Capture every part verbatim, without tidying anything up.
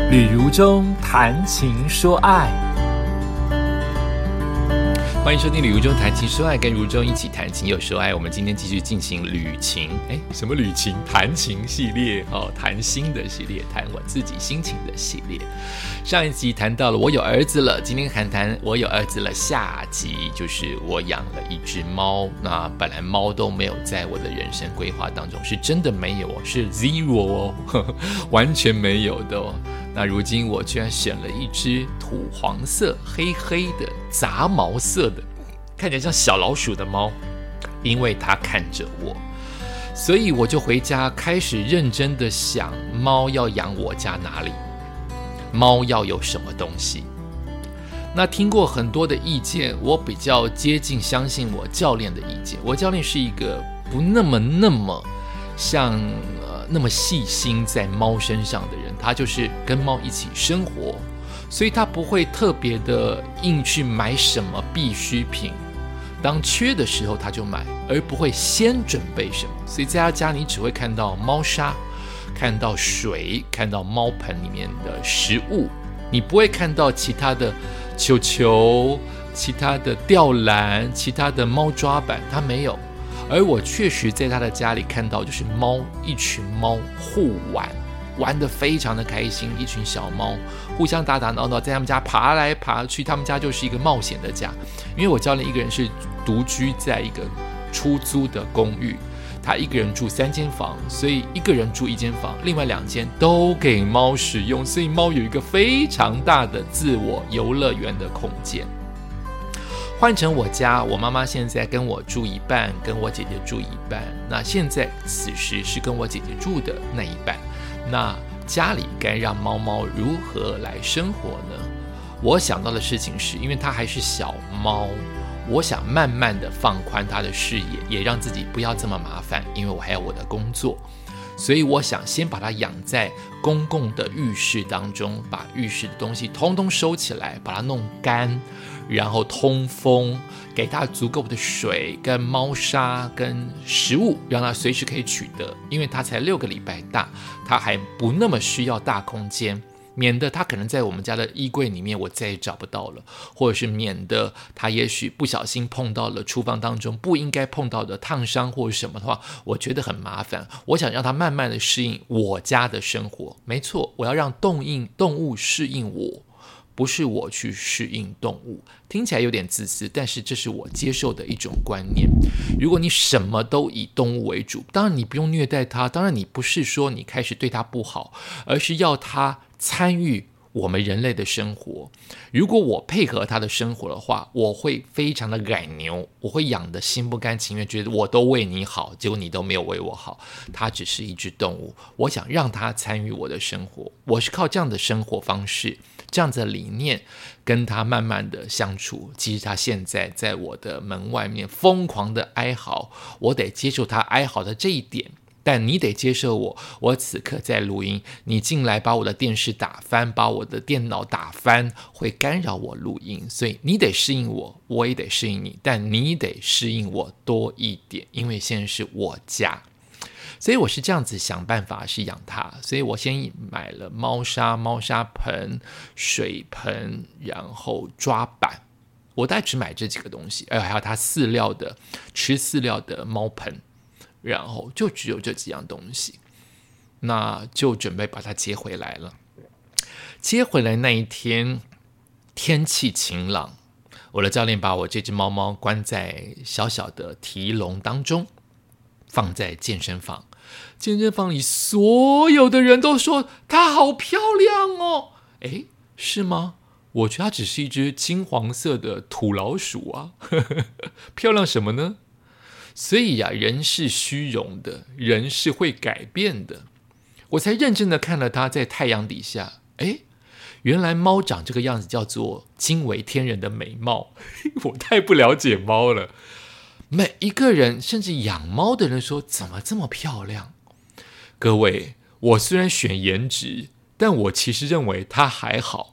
旅如中谈情说爱， 欢迎收听旅如中谈情说爱，跟如中一起谈情又说爱。我们今天继续进行旅情，哎，什么旅情？谈情系列哦，谈心的系列，谈我自己心情的系列。上一集谈到了我有儿子了，今天谈谈我有儿子了。下集就是我养了一只猫，那本来猫都没有在我的人生规划当中，是真的没有哦，是 zero 哦，呵呵，完全没有的哦。那如今我居然选了一只土黄色、黑黑的、杂毛色的，看起来像小老鼠的猫，因为它看着我，所以我就回家开始认真的想，猫要养我家哪里，猫要有什么东西。那听过很多的意见，我比较接近相信我教练的意见。我教练是一个不那么那么像呃那么细心在猫身上的人，他就是跟猫一起生活，所以他不会特别的硬去买什么必需品，当缺的时候他就买，而不会先准备什么。所以在他家你只会看到猫砂，看到水，看到猫盆里面的食物，你不会看到其他的球球、其他的吊篮、其他的猫抓板，他没有。而我确实在他的家里看到，就是猫一群猫互玩，玩得非常的开心，一群小猫互相打打闹闹，在他们家爬来爬去，他们家就是一个冒险的家。因为我教练一个人是独居在一个出租的公寓，他一个人住三间房，所以一个人住一间房，另外两间都给猫使用，所以猫有一个非常大的自我游乐园的空间。换成我家，我妈妈现在跟我住一半，跟我姐姐住一半，那现在此时是跟我姐姐住的那一半，那家里该让猫猫如何来生活呢？我想到的事情是，因为它还是小猫，我想慢慢的放宽它的视野，也让自己不要这么麻烦，因为我还有我的工作，所以我想先把它养在公共的浴室当中，把浴室的东西通通收起来，把它弄干，然后通风，给它足够的水跟猫砂跟食物，让它随时可以取得。因为它才六个礼拜大，它还不那么需要大空间，免得它可能在我们家的衣柜里面我再也找不到了，或者是免得它也许不小心碰到了厨房当中不应该碰到的烫伤或者什么的话，我觉得很麻烦。我想让它慢慢的适应我家的生活。没错，我要让动物动物适应我，不是我去适应动物。听起来有点自私，但是这是我接受的一种观念。如果你什么都以动物为主，当然你不用虐待它，当然你不是说你开始对它不好，而是要它参与我们人类的生活。如果我配合它的生活的话，我会非常的改牛，我会养得心不甘情愿，觉得我都为你好，结果你都没有为我好。它只是一只动物，我想让它参与我的生活，我是靠这样的生活方式，这样子的理念跟他慢慢的相处。其实他现在在我的门外面疯狂的哀嚎，我得接受他哀嚎的这一点，但你得接受我，我此刻在录音，你进来把我的电视打翻，把我的电脑打翻，会干扰我录音，所以你得适应我，我也得适应你，但你得适应我多一点，因为现在是我家。所以我是这样子想办法是养它，所以我先买了猫砂、猫砂盆、水盆，然后抓板，我大概只买这几个东西，还有它饲料的吃饲料的猫盆，然后就只有这几样东西，那就准备把它接回来了。接回来那一天天气晴朗，我的教练把我这只猫猫关在小小的提笼当中，放在健身房。健身房里所有的人都说它好漂亮哦。诶，是吗？我觉得它只是一只金黄色的土老鼠啊，漂亮什么呢？所以呀、啊，人是虚荣的，人是会改变的。我才认真的看了它在太阳底下，诶，原来猫长这个样子叫做惊为天人的美貌。我太不了解猫了。每一个人甚至养猫的人说怎么这么漂亮。各位，我虽然选颜值，但我其实认为它还好。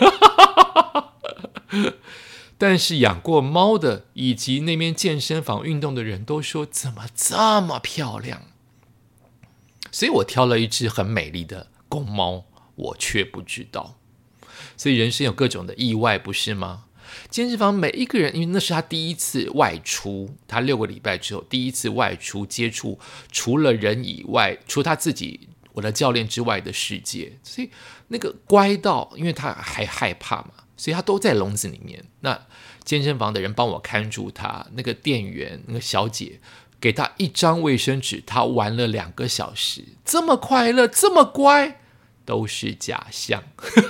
但是养过猫的以及那边健身房运动的人都说怎么这么漂亮。所以我挑了一只很美丽的公猫， 我却不知道。所以人生有各种的意外，不是吗？健身房每一个人，因为那是他第一次外出，他六个礼拜之后第一次外出接触除了人以外，除他自己我的教练之外的世界，所以那个乖到，因为他还害怕嘛，所以他都在笼子里面。那健身房的人帮我看住他，那个店员那个小姐给他一张卫生纸，他玩了两个小时，这么快乐，这么乖，都是假象。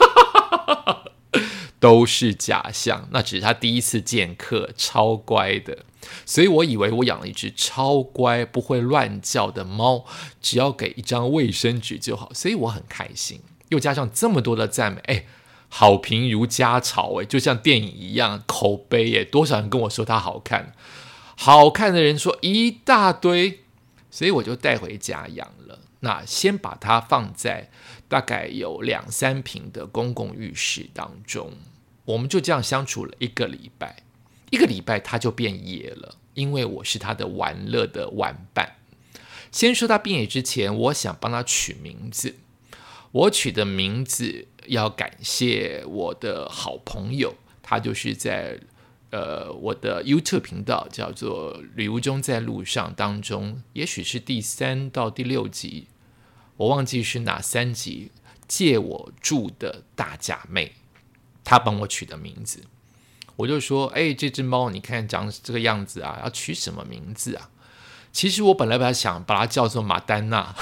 都是假象，那只是他第一次见客，超乖的。所以我以为我养了一只超乖不会乱叫的猫，只要给一张卫生纸就好，所以我很开心。又加上这么多的赞美，哎，好评如家潮，哎，就像电影一样，口碑，哎，多少人跟我说它好看，好看的人说一大堆，所以我就带回家养了。那先把它放在大概有两三坪的公共浴室当中，我们就这样相处了一个礼拜。一个礼拜它就变野了，因为我是它的玩乐的玩伴。先说它变野之前，我想帮它取名字。我取的名字要感谢我的好朋友，他就是在呃我的 YouTube 频道叫做旅途中在路上当中，也许是第三到第六集，我忘记是哪三集，借我住的大假妹，她帮我取的名字。我就说，哎，这只猫你看长这个样子啊，要取什么名字啊？其实我本来把它想把它叫做马丹娜，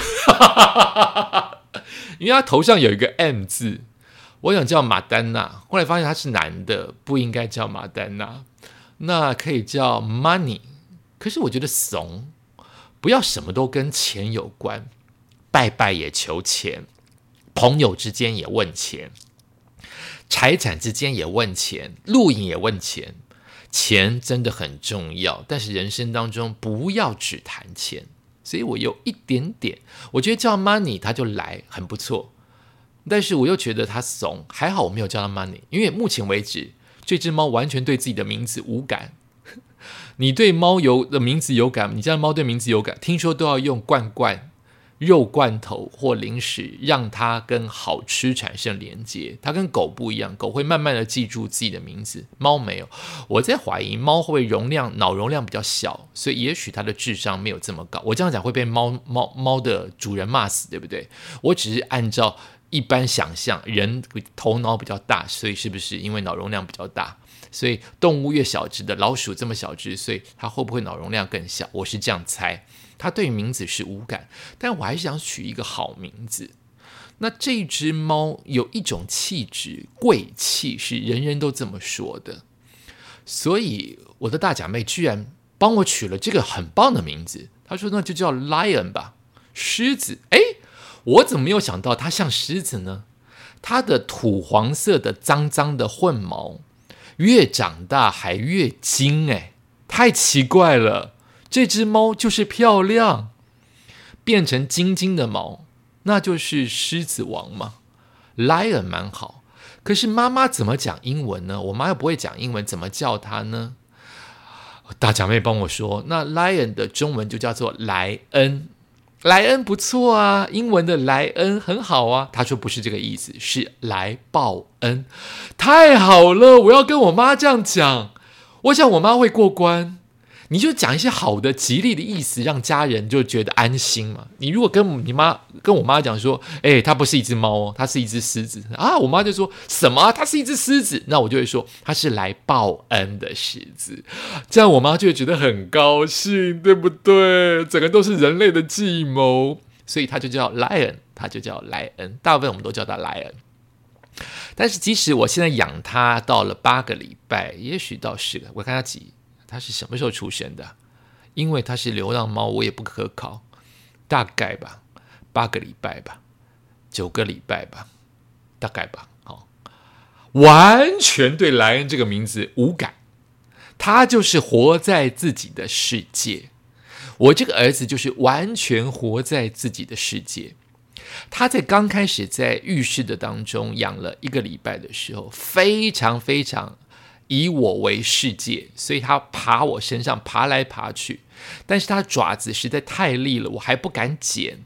因为它头上有一个 M 字，我想叫马丹娜，后来发现它是男的，不应该叫马丹娜，那可以叫 Money。可是我觉得怂，不要什么都跟钱有关，拜拜也求钱，朋友之间也问钱，财产之间也问钱，露营也问钱。钱真的很重要，但是人生当中不要只谈钱。所以我有一点点，我觉得叫 Money 他就来很不错，但是我又觉得他怂，还好我没有叫他 Money， 因为目前为止这只猫完全对自己的名字无感。你对猫有的名字有感，你家的猫对名字有感，听说都要用罐罐、肉罐头或零食让它跟好吃产生连接。它跟狗不一样，狗会慢慢的记住自己的名字，猫没有。我在怀疑猫会容量脑容量比较小，所以也许它的智商没有这么高。我这样讲会被猫猫猫的主人骂死，对不对？我只是按照一般想象，人头脑比较大，所以是不是因为脑容量比较大，所以动物越小只的，老鼠这么小只，所以它会不会脑容量更小？我是这样猜。它对名字是无感，但我还是想取一个好名字。那这只猫有一种气质，贵气，是人人都这么说的，所以我的大假妹居然帮我取了这个很棒的名字。她说那就叫 Lion 吧，狮子。诶，我怎么没有想到它像狮子呢？它的土黄色的脏脏的混毛越长大还越精，诶，太奇怪了。这只猫就是漂亮，变成晶晶的毛，那就是狮子王嘛。Lion 蛮好，可是妈妈怎么讲英文呢？我妈又不会讲英文，怎么叫它呢？大假妹帮我说，那 Lion 的中文就叫做莱恩。莱恩不错啊，英文的莱恩很好啊。她说不是这个意思，是来报恩。太好了，我要跟我妈这样讲，我想我妈会过关。你就讲一些好的吉利的意思，让家人就觉得安心嘛。你如果跟你妈跟我妈讲说，哎，它不是一只猫哦，它是一只狮子啊，我妈就说什么它是一只狮子，那我就会说它是来报恩的狮子，这样我妈就会觉得很高兴，对不对？整个都是人类的计谋，所以它就叫 Lion， 它就叫莱恩，大部分我们都叫它莱恩。但是即使我现在养它到了八个礼拜，也许到十个，我看它几。他是什么时候出生的？因为他是流浪猫，我也不可考，大概吧，八个礼拜吧，九个礼拜吧，大概吧。好，完全对莱恩这个名字无感，他就是活在自己的世界。我这个儿子就是完全活在自己的世界。他在刚开始在浴室的当中养了一个礼拜的时候，非常非常以我为世界，所以他爬我身上爬来爬去，但是他爪子实在太利了，我还不敢捡，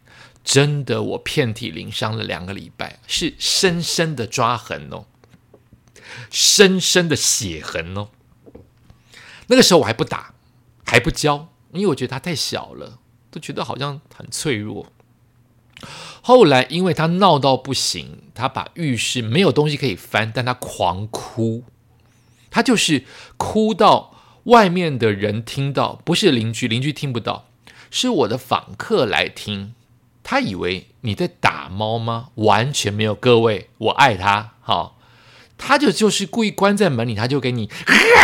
真的我遍体鳞伤了两个礼拜，是深深的抓痕哦，深深的血痕哦。那个时候我还不打，还不教，因为我觉得他太小了，都觉得好像很脆弱。后来因为他闹到不行，他把浴室没有东西可以翻，但他狂哭，他就是哭到外面的人听到，不是邻居，邻居听不到，是我的访客来听，他以为你在打猫吗？完全没有，各位，我爱他，好，他就就是故意关在门里，他就给你，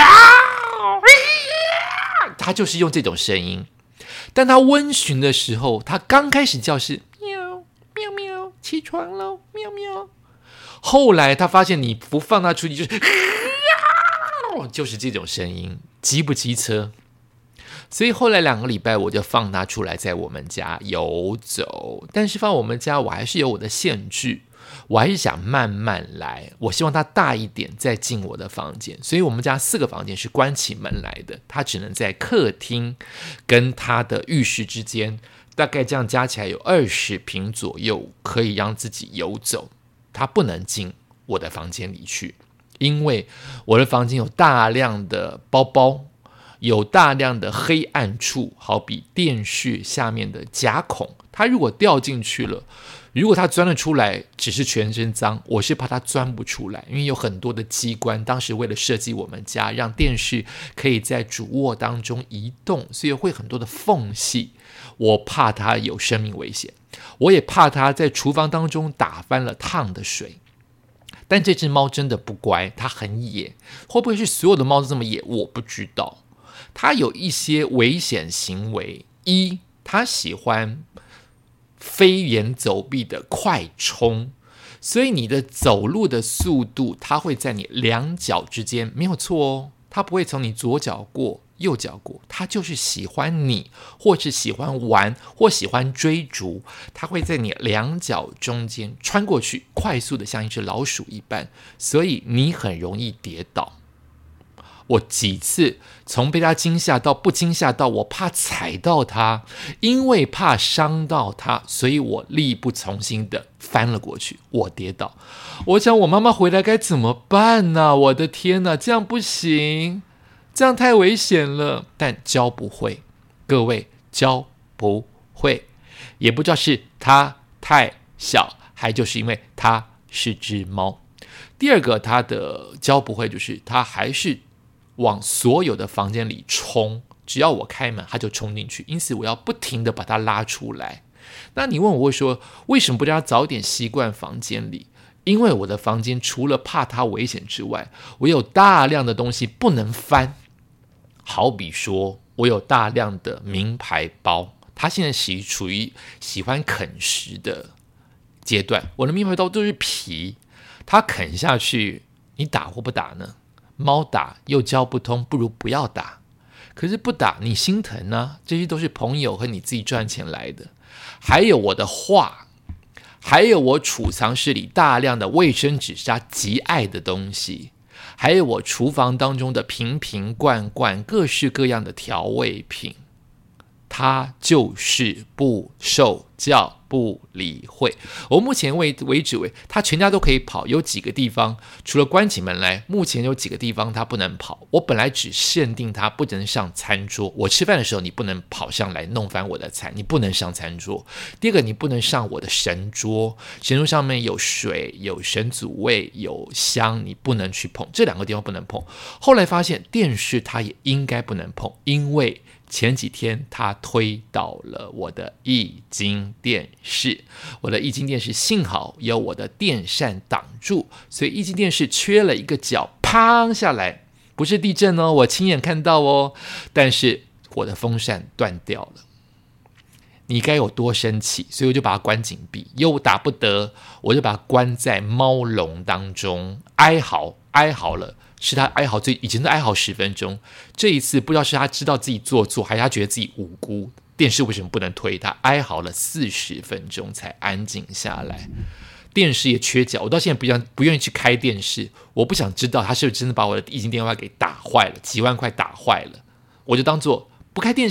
他就是用这种声音。但他温驯的时候，他刚开始叫是喵喵喵，起床喽，喵喵。后来他发现你不放他出去，就是就是这种声音，机不机车？所以后来两个礼拜我就放他出来，在我们家游走。但是放我们家，我还是有我的限制，我还是想慢慢来。我希望他大一点再进我的房间，所以我们家四个房间是关起门来的，他只能在客厅跟他的浴室之间，大概这样加起来有二十平左右，可以让自己游走。他不能进我的房间里去，因为我的房间有大量的包包，有大量的黑暗处，好比电视下面的夹孔，他如果掉进去了，如果他钻了出来，只是全身脏，我是怕他钻不出来，因为有很多的机关，当时为了设计我们家，让电视可以在主卧当中移动，所以会很多的缝隙，我怕他有生命危险，我也怕他在厨房当中打翻了烫的水。但这只猫真的不乖，它很野，会不会是所有的猫都这么野？我不知道。它有一些危险行为，一，它喜欢飞檐走壁的快冲，所以你的走路的速度，它会在你两脚之间，没有错哦，它不会从你左脚过右脚过，它就是喜欢你，或是喜欢玩，或喜欢追逐，它会在你两脚中间穿过去，快速的像一只老鼠一般，所以你很容易跌倒。我几次从被他惊吓到不惊吓到，我怕踩到他，因为怕伤到他，所以我力不从心的翻了过去，我跌倒。我想我妈妈回来该怎么办呢？我的天哪，这样不行，这样太危险了。但教不会，各位，教不会，也不知道是他太小，还就是因为他是只猫。第二个，他的教不会就是他还是往所有的房间里冲，只要我开门他就冲进去，因此我要不停的把他拉出来。那你问我会说，为什么不让他早点习惯房间里？因为我的房间除了怕他危险之外，我有大量的东西不能翻，好比说我有大量的名牌包，他现在是处于喜欢啃食的阶段，我的名牌包都是皮，他啃下去，你打或不打呢？猫打又教不通，不如不要打。可是不打你心疼啊，这些都是朋友和你自己赚钱来的。还有我的画，还有我储藏室里大量的卫生纸是他极爱的东西，还有我厨房当中的瓶瓶罐罐，各式各样的调味品，他就是不受教，不理会。我目前为为止为他全家都可以跑，有几个地方除了关起门来，目前有几个地方他不能跑。我本来只限定他不能上餐桌，我吃饭的时候你不能跑上来弄翻我的菜，你不能上餐桌。第二个，你不能上我的神桌，神桌上面有水，有神主味，有香，你不能去碰，这两个地方不能碰。后来发现电视他也应该不能碰，因为前几天他推倒了我的液晶电视，我的液晶电视幸好有我的电扇挡住，所以液晶电视缺了一个角，砰下来，不是地震哦，我亲眼看到哦，但是我的风扇断掉了。你该有多生气，所以我就把它关紧闭，又打不得，我就把它关在猫笼当中，哀嚎哀嚎了，是他哀嚎最以前都哀嚎十分钟，这一次不知道是他知道自己做错，还是他觉得自己无辜，电视为什么不能推他，哀嚎了四十分钟才安静下来。电视也缺角，我到现在不想不愿意去开电视，我不想知道他是不是真的把我的液晶电话给打坏了，几万块打坏了，我就当做不开电视，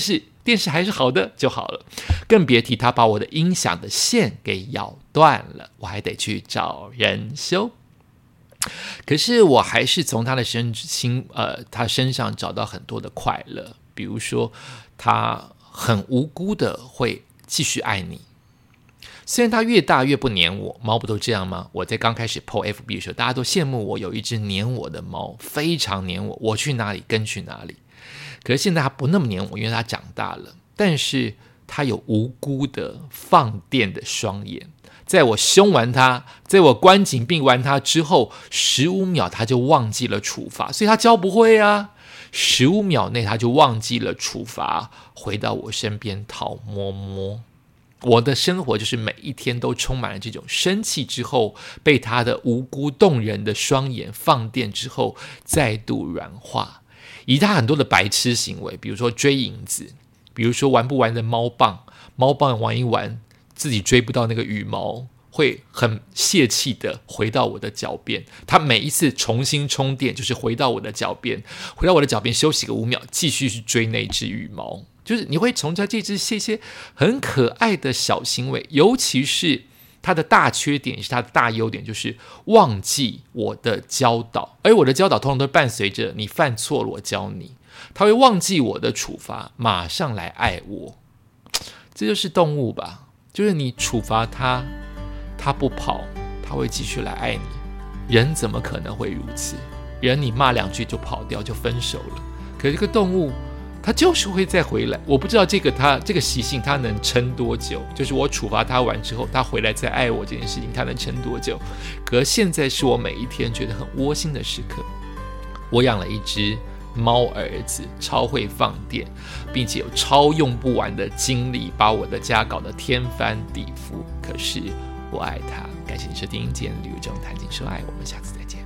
电视还是好的就好了，更别提他把我的音响的线给咬断了，我还得去找人修。可是我还是从他的身心呃他身上找到很多的快乐，比如说他很无辜的会继续爱你。虽然他越大越不黏我，猫不都这样吗？我在刚开始 po F B 的时候，大家都羡慕我有一只黏我的猫，非常黏我，我去哪里跟去哪里。可是现在他不那么黏我，因为他长大了，但是他有无辜的放电的双眼，在我凶完他，在我关紧闭完他之后，十五秒他就忘记了处罚，所以他教不会啊。十五秒内他就忘记了处罚，回到我身边讨摸摸。我的生活就是每一天都充满了这种生气之后被他的无辜动人的双眼放电之后再度软化，以他很多的白痴行为，比如说追影子，比如说玩不完的猫棒，猫棒玩一玩自己追不到那个羽毛，会很泄气的回到我的脚边。他每一次重新充电就是回到我的脚边，回到我的脚边休息个五秒，继续去追那只羽毛。就是你会从他这只些些很可爱的小行为，尤其是他的大缺点也是他的大优点，就是忘记我的教导，而我的教导通常都伴随着你犯错了我教你，他会忘记我的处罚，马上来爱我。这就是动物吧，就是你处罚他，他不跑，他会继续来爱你。人怎么可能会如此？人你骂两句就跑掉就分手了，可是这个动物他就是会再回来。我不知道这个他这个习性他能撑多久，就是我处罚他完之后他回来再爱我这件事情他能撑多久。可是现在是我每一天觉得很窝心的时刻。我养了一只猫儿子，超会放电，并且有超用不完的精力把我的家搞得天翻地覆，可是我爱他。感谢你收听今天的旅游中谈情说爱，我们下次再见。